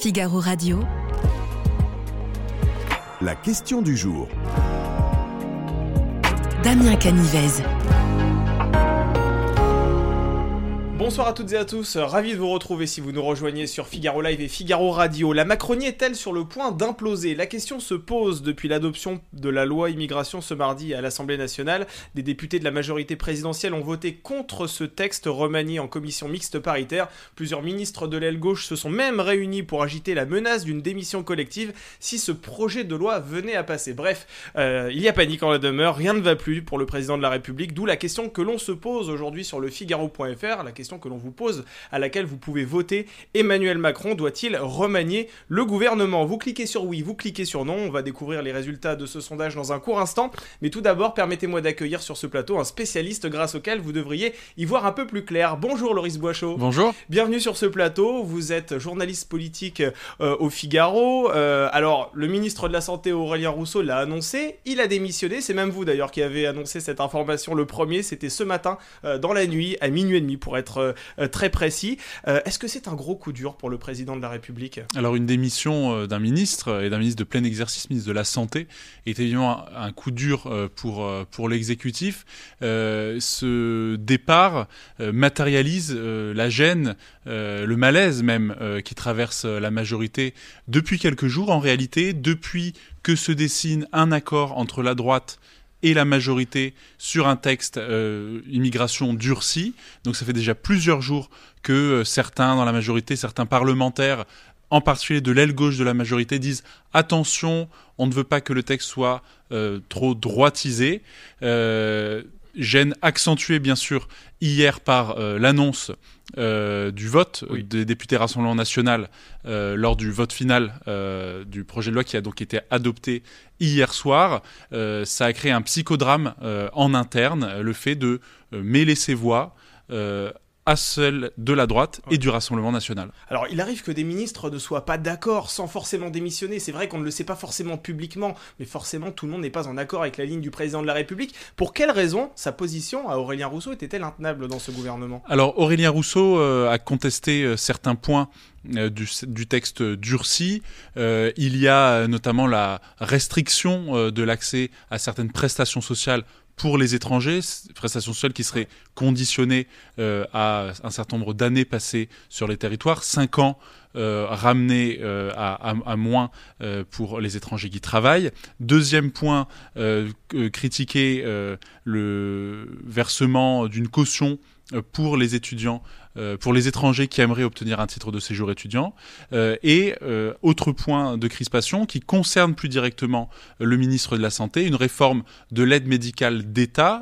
Figaro Radio. La question du jour. Damien Canivez. Bonsoir à toutes et à tous, ravi de vous retrouver si vous nous rejoignez sur Figaro Live et Figaro Radio. La Macronie est-elle sur le point d'imploser ? La question se pose depuis l'adoption de la loi immigration ce mardi à l'Assemblée nationale. Des députés de la majorité présidentielle ont voté contre ce texte remanié en commission mixte paritaire. Plusieurs ministres de l'aile gauche se sont même réunis pour agiter la menace d'une démission collective si ce projet de loi venait à passer. Bref, il y a panique en la demeure, rien ne va plus pour le président de la République, d'où la question que l'on se pose aujourd'hui sur le Figaro.fr, la question que l'on vous pose, à laquelle vous pouvez voter. Emmanuel Macron doit-il remanier le gouvernement ? Vous cliquez sur oui, vous cliquez sur non, on va découvrir les résultats de ce sondage dans un court instant, mais tout d'abord, permettez-moi d'accueillir sur ce plateau un spécialiste grâce auquel vous devriez y voir un peu plus clair. Bonjour Loris Boischaud. Bonjour. Bienvenue sur ce plateau, vous êtes journaliste politique au Figaro. Alors, le ministre de la Santé Aurélien Rousseau l'a annoncé, il a démissionné, c'est même vous d'ailleurs qui avez annoncé cette information le premier, c'était ce matin dans la nuit à minuit et demi pour être très précis. Est-ce que c'est un gros coup dur pour le président de la République ? Alors une démission d'un ministre, et d'un ministre de plein exercice, ministre de la Santé, est évidemment un coup dur pour l'exécutif. Ce départ matérialise la gêne, le malaise même qui traverse la majorité depuis quelques jours. En réalité, depuis que se dessine un accord entre la droite et la majorité sur un texte immigration durcie. Donc ça fait déjà plusieurs jours que certains dans la majorité, certains parlementaires, en particulier de l'aile gauche de la majorité, disent « Attention, on ne veut pas que le texte soit trop droitisé ». Gêne accentuée bien sûr hier par l'annonce du vote des députés Rassemblement National lors du vote final du projet de loi qui a donc été adopté hier soir. Ça a créé un psychodrame en interne, le fait de mêler ses voix à celle de la droite et du Rassemblement National. Alors, il arrive que des ministres ne soient pas d'accord sans forcément démissionner. C'est vrai qu'on ne le sait pas forcément publiquement, mais forcément, tout le monde n'est pas en accord avec la ligne du président de la République. Pour quelle raison sa position à Aurélien Rousseau était-elle intenable dans ce gouvernement ? Alors, Aurélien Rousseau a contesté certains points du texte durci. Il y a notamment la restriction de l'accès à certaines prestations sociales pour les étrangers, prestations sociales qui seraient conditionnées à un certain nombre d'années passées sur les territoires, 5 ans ramenés à moins pour les étrangers qui travaillent. Deuxième point, critiquer le versement d'une caution pour les étudiants, pour les étrangers qui aimeraient obtenir un titre de séjour étudiant. Et autre point de crispation qui concerne plus directement le ministre de la Santé, une réforme de l'aide médicale d'État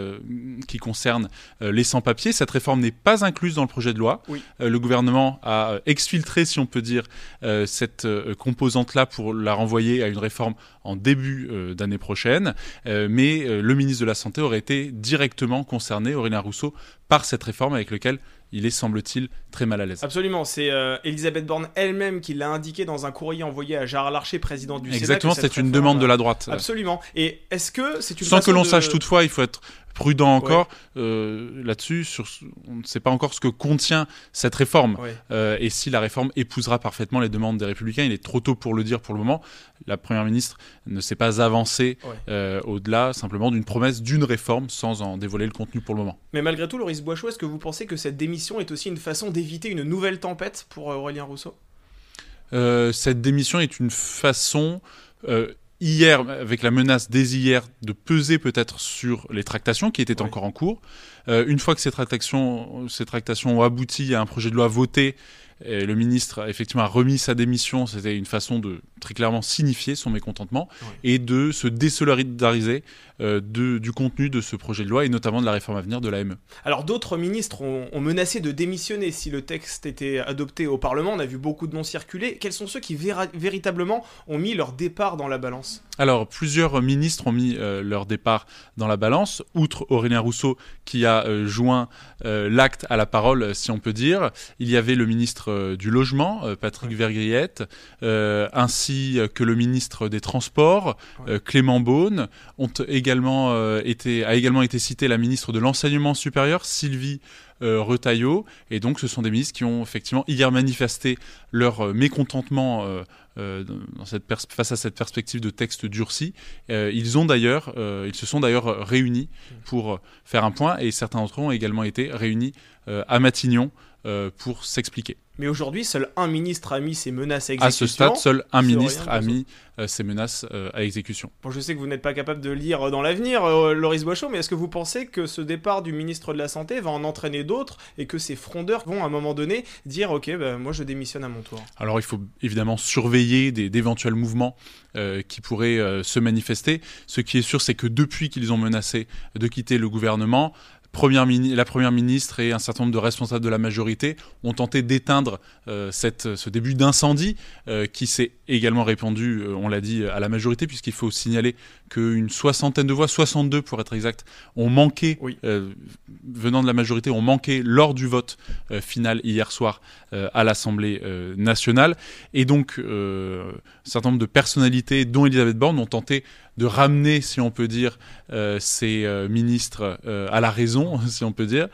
qui concerne les sans-papiers. Cette réforme n'est pas incluse dans le projet de loi. Le gouvernement a exfiltré, si on peut dire, cette composante-là pour la renvoyer à une réforme en début d'année prochaine. Mais le ministre de la Santé aurait été directement concerné, Aurélien Rousseau, par cette réforme avec laquelle il est, semble-t-il, très mal à l'aise. Absolument, c'est Elisabeth Borne elle-même qui l'a indiqué dans un courrier envoyé à Gérard Larcher, président du Sénat. Exactement, c'est une demande de la droite. Absolument. Et est-ce que c'est une Sans façon que l'on de... sache toutefois, il faut être prudent encore là-dessus, on ne sait pas encore ce que contient cette réforme et si la réforme épousera parfaitement les demandes des Républicains. Il est trop tôt pour le dire pour le moment. La Première ministre ne s'est pas avancée au-delà simplement d'une promesse d'une réforme sans en dévoiler le contenu pour le moment. Mais malgré tout, Loris Boischaud, est-ce que vous pensez que cette démission est aussi une façon d'éviter une nouvelle tempête pour Aurélien Rousseau ? Cette démission est une façon... hier, avec la menace dès hier de peser peut-être sur les tractations qui étaient encore en cours. Une fois que ces tractations ont abouti à un projet de loi voté, le ministre effectivement a remis sa démission. C'était une façon de très clairement signifier son mécontentement et de se désolidariser du contenu de ce projet de loi et notamment de la réforme à venir de l'AME. Alors d'autres ministres ont menacé de démissionner si le texte était adopté au Parlement. On a vu beaucoup de noms circuler. Quels sont ceux qui véritablement ont mis leur départ dans la balance ? Alors plusieurs ministres ont mis leur départ dans la balance, outre Aurélien Rousseau qui a joint l'acte à la parole, si on peut dire. Il y avait le ministre du Logement, Patrick Vergriete, ainsi ainsi que le ministre des Transports, Clément Beaune. A également été citée la ministre de l'Enseignement supérieur, Sylvie Retailleau. Et donc, ce sont des ministres qui ont effectivement hier manifesté leur mécontentement face à cette perspective de texte durci. Ils se sont d'ailleurs réunis pour faire un point, et certains d'entre eux ont également été réunis à Matignon pour s'expliquer. Mais aujourd'hui, seul un ministre a mis ses menaces à exécution. À ce stade, seul un ministre a mis ses menaces à exécution. Bon, je sais que vous n'êtes pas capable de lire dans l'avenir, Loris Boischaud, mais est-ce que vous pensez que ce départ du ministre de la Santé va en entraîner d'autres et que ces frondeurs vont à un moment donné dire « Ok, moi je démissionne à mon tour ». Alors il faut évidemment surveiller d'éventuels mouvements qui pourraient se manifester. Ce qui est sûr, c'est que depuis qu'ils ont menacé de quitter le gouvernement, la première ministre et un certain nombre de responsables de la majorité ont tenté d'éteindre ce début d'incendie qui s'est également répandu, on l'a dit, à la majorité, puisqu'il faut signaler qu'une soixantaine de voix, 62 pour être exact, ont manqué, venant de la majorité, ont manqué lors du vote final hier soir à l'Assemblée nationale. Et donc, un certain nombre de personnalités, dont Elisabeth Borne, ont tenté de ramener, si on peut dire, ces ministres à la raison, si on peut dire,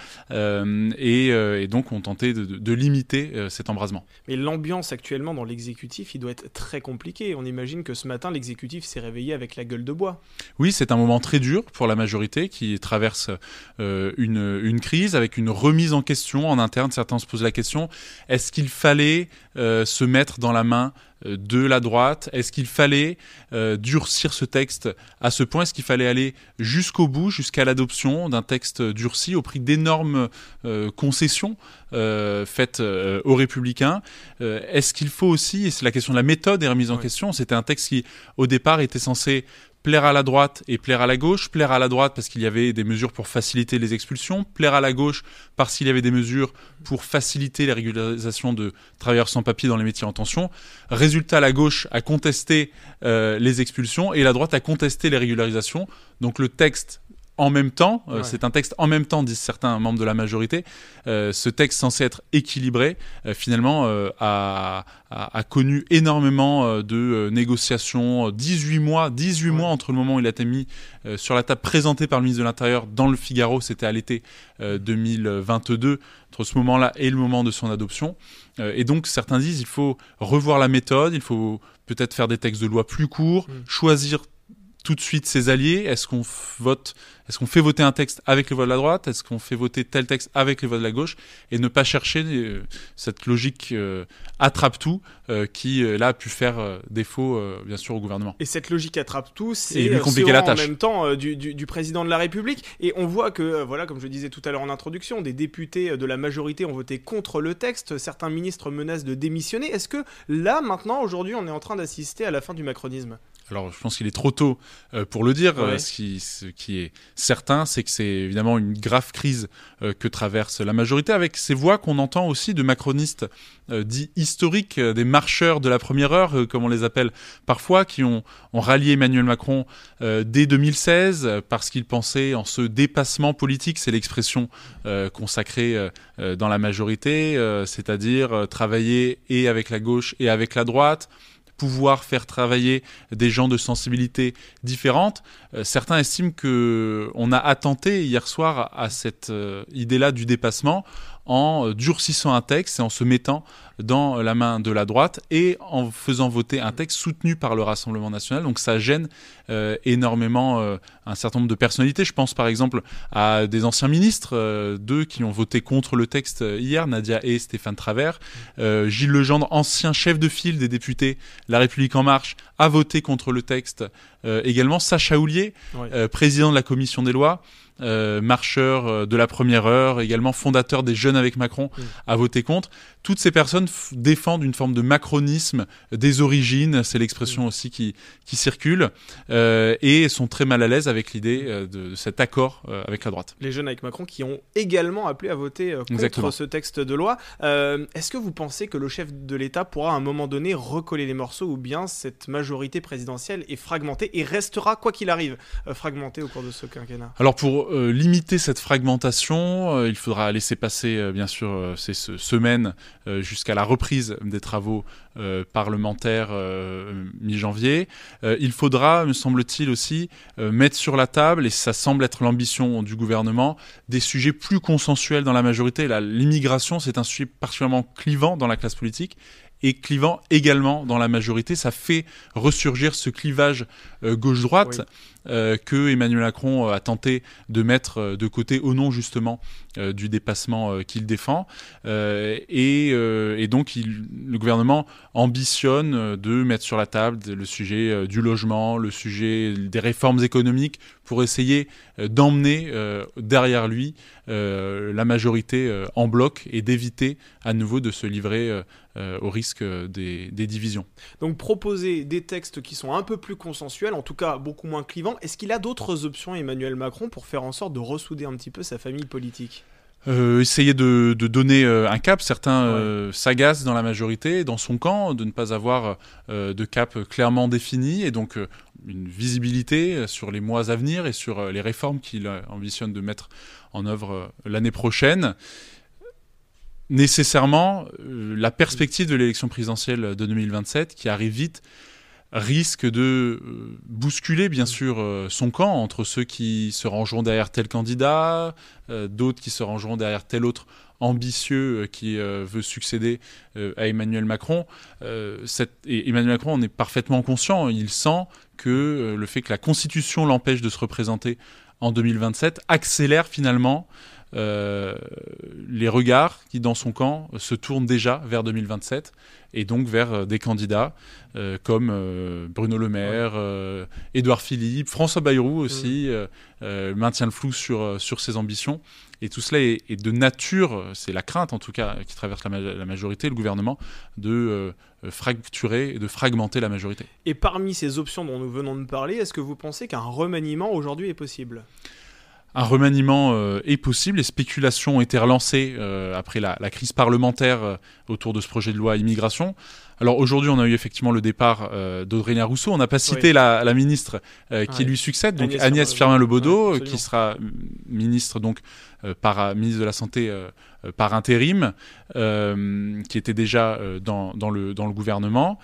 et donc ont tenté de limiter cet embrasement. Mais l'ambiance actuellement dans l'exécutif, il doit être très compliqué. On imagine que ce matin, l'exécutif s'est réveillé avec la gueule de bois. Oui, c'est un moment très dur pour la majorité qui traverse une crise avec une remise en question en interne. Certains se posent la question, est-ce qu'il fallait se mettre dans la main de la droite? Est-ce qu'il fallait durcir ce texte à ce point? Est-ce qu'il fallait aller jusqu'au bout, jusqu'à l'adoption d'un texte durci au prix d'énormes concessions faites aux Républicains? Est-ce qu'il faut aussi, et c'est la question de la méthode est remise en question, c'était un texte qui au départ était censé plaire à la droite et plaire à la gauche. Plaire à la droite parce qu'il y avait des mesures pour faciliter les expulsions. Plaire à la gauche parce qu'il y avait des mesures pour faciliter les régularisations de travailleurs sans papier dans les métiers en tension. Résultat, la gauche a contesté les expulsions et la droite a contesté les régularisations. Donc le texte en même temps, c'est un texte en même temps, disent certains membres de la majorité. Ce texte censé être équilibré, finalement, a connu énormément de négociations. 18 mois entre le moment où il a été mis sur la table, présenté par le ministre de l'Intérieur dans le Figaro, c'était à l'été 2022, entre ce moment-là et le moment de son adoption. Et donc, certains disent qu'il faut revoir la méthode, il faut peut-être faire des textes de loi plus courts, choisir tout de suite ses alliés. Est-ce qu'on fait voter un texte avec les voix de la droite? Est-ce qu'on fait voter tel texte avec les voix de la gauche? Et ne pas chercher cette logique attrape-tout qui, là, a pu faire défaut, bien sûr, au gouvernement. Et cette logique attrape-tout, c'est en même temps du président de la République. Et on voit que, comme je disais tout à l'heure en introduction, des députés de la majorité ont voté contre le texte. Certains ministres menacent de démissionner. Est-ce que là, maintenant, aujourd'hui, on est en train d'assister à la fin du macronisme? Alors, je pense qu'il est trop tôt pour le dire. Ce qui est certain, c'est que c'est évidemment une grave crise que traverse la majorité, avec ces voix qu'on entend aussi de macronistes dits historiques, des marcheurs de la première heure, comme on les appelle parfois, qui ont rallié Emmanuel Macron dès 2016 parce qu'ils pensaient en ce dépassement politique, c'est l'expression consacrée dans la majorité, c'est-à-dire travailler et avec la gauche et avec la droite, pouvoir faire travailler des gens de sensibilités différentes. Certains estiment qu'on a attenté hier soir à cette idée-là du dépassement en durcissant un texte et en se mettant dans la main de la droite et en faisant voter un texte soutenu par le Rassemblement national. Donc ça gêne énormément un certain nombre de personnalités. Je pense par exemple à des anciens ministres, deux qui ont voté contre le texte hier, Nadia et Stéphane Travert. Gilles Legendre, ancien chef de file des députés La République En Marche, a voté contre le texte également. Sacha Houlié, président de la commission des lois, marcheur de la première heure, également fondateur des Jeunes avec Macron, a voté contre. Toutes ces personnes défendent une forme de macronisme des origines, c'est l'expression aussi qui circule, et sont très mal à l'aise avec l'idée de cet accord avec la droite. Les Jeunes avec Macron qui ont également appelé à voter contre ce texte de loi. Est-ce que vous pensez que le chef de l'État pourra à un moment donné recoller les morceaux, ou bien cette majorité présidentielle est fragmentée et restera, quoi qu'il arrive, fragmentée au cours de ce quinquennat? Alors pour Pour limiter cette fragmentation, il faudra laisser passer, bien sûr, ces semaines jusqu'à la reprise des travaux parlementaires mi-janvier. Il faudra, me semble-t-il aussi, mettre sur la table, et ça semble être l'ambition du gouvernement, des sujets plus consensuels dans la majorité. L'immigration, c'est un sujet particulièrement clivant dans la classe politique, et clivant également dans la majorité. Ça fait ressurgir ce clivage gauche-droite que Emmanuel Macron a tenté de mettre de côté au nom justement du dépassement qu'il défend. Et donc le gouvernement ambitionne de mettre sur la table le sujet du logement, le sujet des réformes économiques pour essayer d'emmener derrière lui la majorité en bloc et d'éviter à nouveau de se livrer au risque des divisions. Donc proposer des textes qui sont un peu plus consensuels, en tout cas beaucoup moins clivants. Est-ce qu'il a d'autres options, Emmanuel Macron, pour faire en sorte de ressouder un petit peu sa famille politique ? Essayer de donner un cap. Certains s'agacent dans la majorité, dans son camp, de ne pas avoir de cap clairement défini, et donc une visibilité sur les mois à venir et sur les réformes qu'il ambitionne de mettre en œuvre l'année prochaine. Nécessairement, la perspective de l'élection présidentielle de 2027, qui arrive vite, risque de bousculer bien sûr son camp, entre ceux qui se rangeront derrière tel candidat, d'autres qui se rangeront derrière tel autre ambitieux qui veut succéder à Emmanuel Macron. Et Emmanuel Macron en est parfaitement conscient. Il sent que le fait que la Constitution l'empêche de se représenter en 2027 accélère finalement les regards qui, dans son camp, se tournent déjà vers 2027 et donc vers des candidats comme Bruno Le Maire, Édouard Philippe, François Bayrou aussi, maintient le flou sur ses ambitions. Et tout cela est de nature, c'est la crainte en tout cas qui traverse la majorité, le gouvernement, de fracturer et de fragmenter la majorité. Et parmi ces options dont nous venons de parler, est-ce que vous pensez qu'un remaniement aujourd'hui est possible ? Un remaniement est possible. Les spéculations ont été relancées après la crise parlementaire autour de ce projet de loi immigration. Alors aujourd'hui, on a eu effectivement le départ d'Aurélien Rousseau. On n'a pas cité la ministre qui lui succède, donc Agnès Firmin-Le qui sera ministre donc ministre de la Santé par intérim, qui était déjà dans le gouvernement.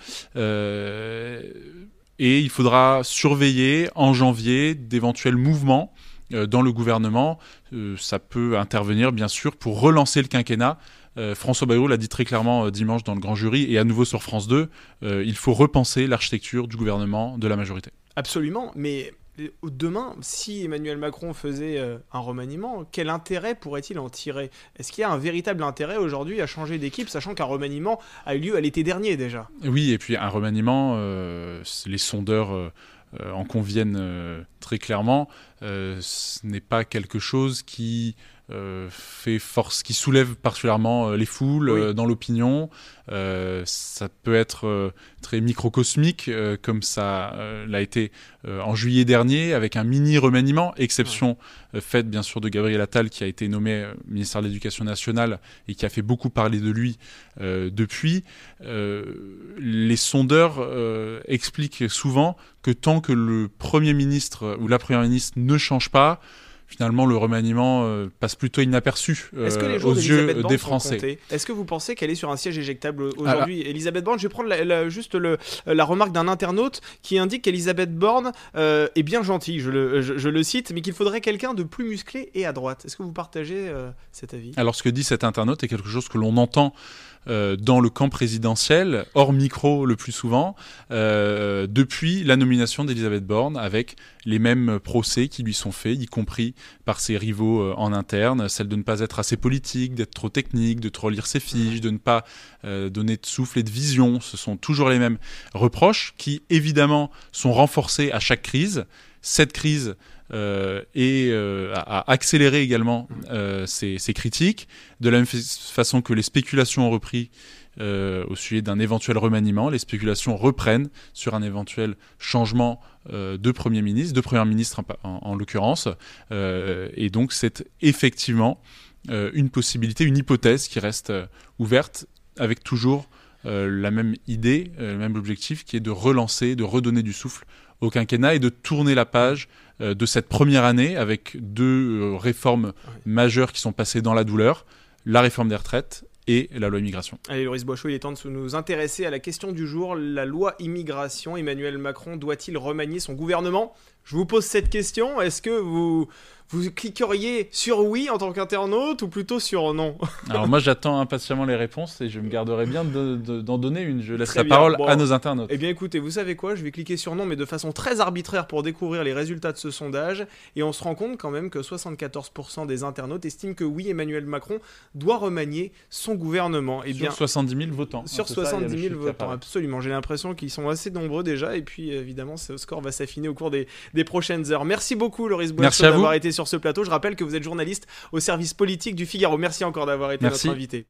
Et il faudra surveiller en janvier d'éventuels mouvements dans le gouvernement. Ça peut intervenir bien sûr pour relancer le quinquennat. François Bayrou l'a dit très clairement dimanche dans le Grand Jury et à nouveau sur France 2, il faut repenser l'architecture du gouvernement de la majorité. Absolument, mais demain, si Emmanuel Macron faisait un remaniement, quel intérêt pourrait-il en tirer ? Est-ce qu'il y a un véritable intérêt aujourd'hui à changer d'équipe, sachant qu'un remaniement a eu lieu à l'été dernier déjà ? Oui, et puis un remaniement, les sondeurs en conviennent très clairement, ce n'est pas quelque chose qui fait force, qui soulève particulièrement les foules dans l'opinion. Ça peut être très microcosmique, comme ça l'a été en juillet dernier, avec un mini remaniement, exception faite bien sûr de Gabriel Attal, qui a été nommé ministère de l'Éducation nationale et qui a fait beaucoup parler de lui depuis. Les sondeurs expliquent souvent que tant que le Premier ministre ou la Première ministre ne change pas, finalement, le remaniement passe plutôt inaperçu aux yeux des Français. Est-ce que vous pensez qu'elle est sur un siège éjectable aujourd'hui ? Elisabeth Borne, je vais prendre juste la remarque d'un internaute qui indique qu'Elisabeth Borne est bien gentille, je le cite, mais qu'il faudrait quelqu'un de plus musclé et à droite. Est-ce que vous partagez cet avis ? Alors, ce que dit cet internaute est quelque chose que l'on entend dans le camp présidentiel, hors micro le plus souvent, depuis la nomination d'Elisabeth Borne, avec les mêmes procès qui lui sont faits, y compris par ses rivaux en interne, celle de ne pas être assez politique, d'être trop technique, de trop lire ses fiches, de ne pas donner de souffle et de vision. Ce sont toujours les mêmes reproches qui, évidemment, sont renforcés à chaque crise. Cette crise a accéléré également ces critiques, de la même façon que les spéculations ont repris au sujet d'un éventuel remaniement. Les spéculations reprennent sur un éventuel changement de Premier ministre, de Première ministre en l'occurrence, et donc c'est effectivement une possibilité, une hypothèse qui reste ouverte, avec toujours la même idée, le même objectif, qui est de relancer, de redonner du souffle au quinquennat et de tourner la page de cette première année avec deux réformes majeures qui sont passées dans la douleur, la réforme des retraites et la loi immigration. Allez, Loris Boischaud, il est temps de nous intéresser à la question du jour. La loi immigration, Emmanuel Macron doit-il remanier son gouvernement ? Je vous pose cette question. Est-ce que vous cliqueriez sur oui en tant qu'internaute ou plutôt sur non ? Alors moi, j'attends impatiemment les réponses et je me garderai bien d'en donner une. Je laisse Très la bien. parole Bon. à nos internautes. Eh bien écoutez, vous savez quoi ? Je vais cliquer sur non, mais de façon très arbitraire pour découvrir les résultats de ce sondage. Et on se rend compte quand même que 74% des internautes estiment que oui, Emmanuel Macron doit remanier son gouvernement. Eh bien, Sur 70 000 votants. sur C'est ça, il y a le 70 000 chiffre qui votants, apparaît. absolument. J'ai l'impression qu'ils sont assez nombreux déjà. Et puis évidemment, ce score va s'affiner au cours des prochaines heures. Merci beaucoup, Loris Merci Boischaud, à vous. d'avoir été sur ce plateau. Je rappelle que vous êtes journaliste au service politique du Figaro. Merci encore d'avoir été Merci. notre invité.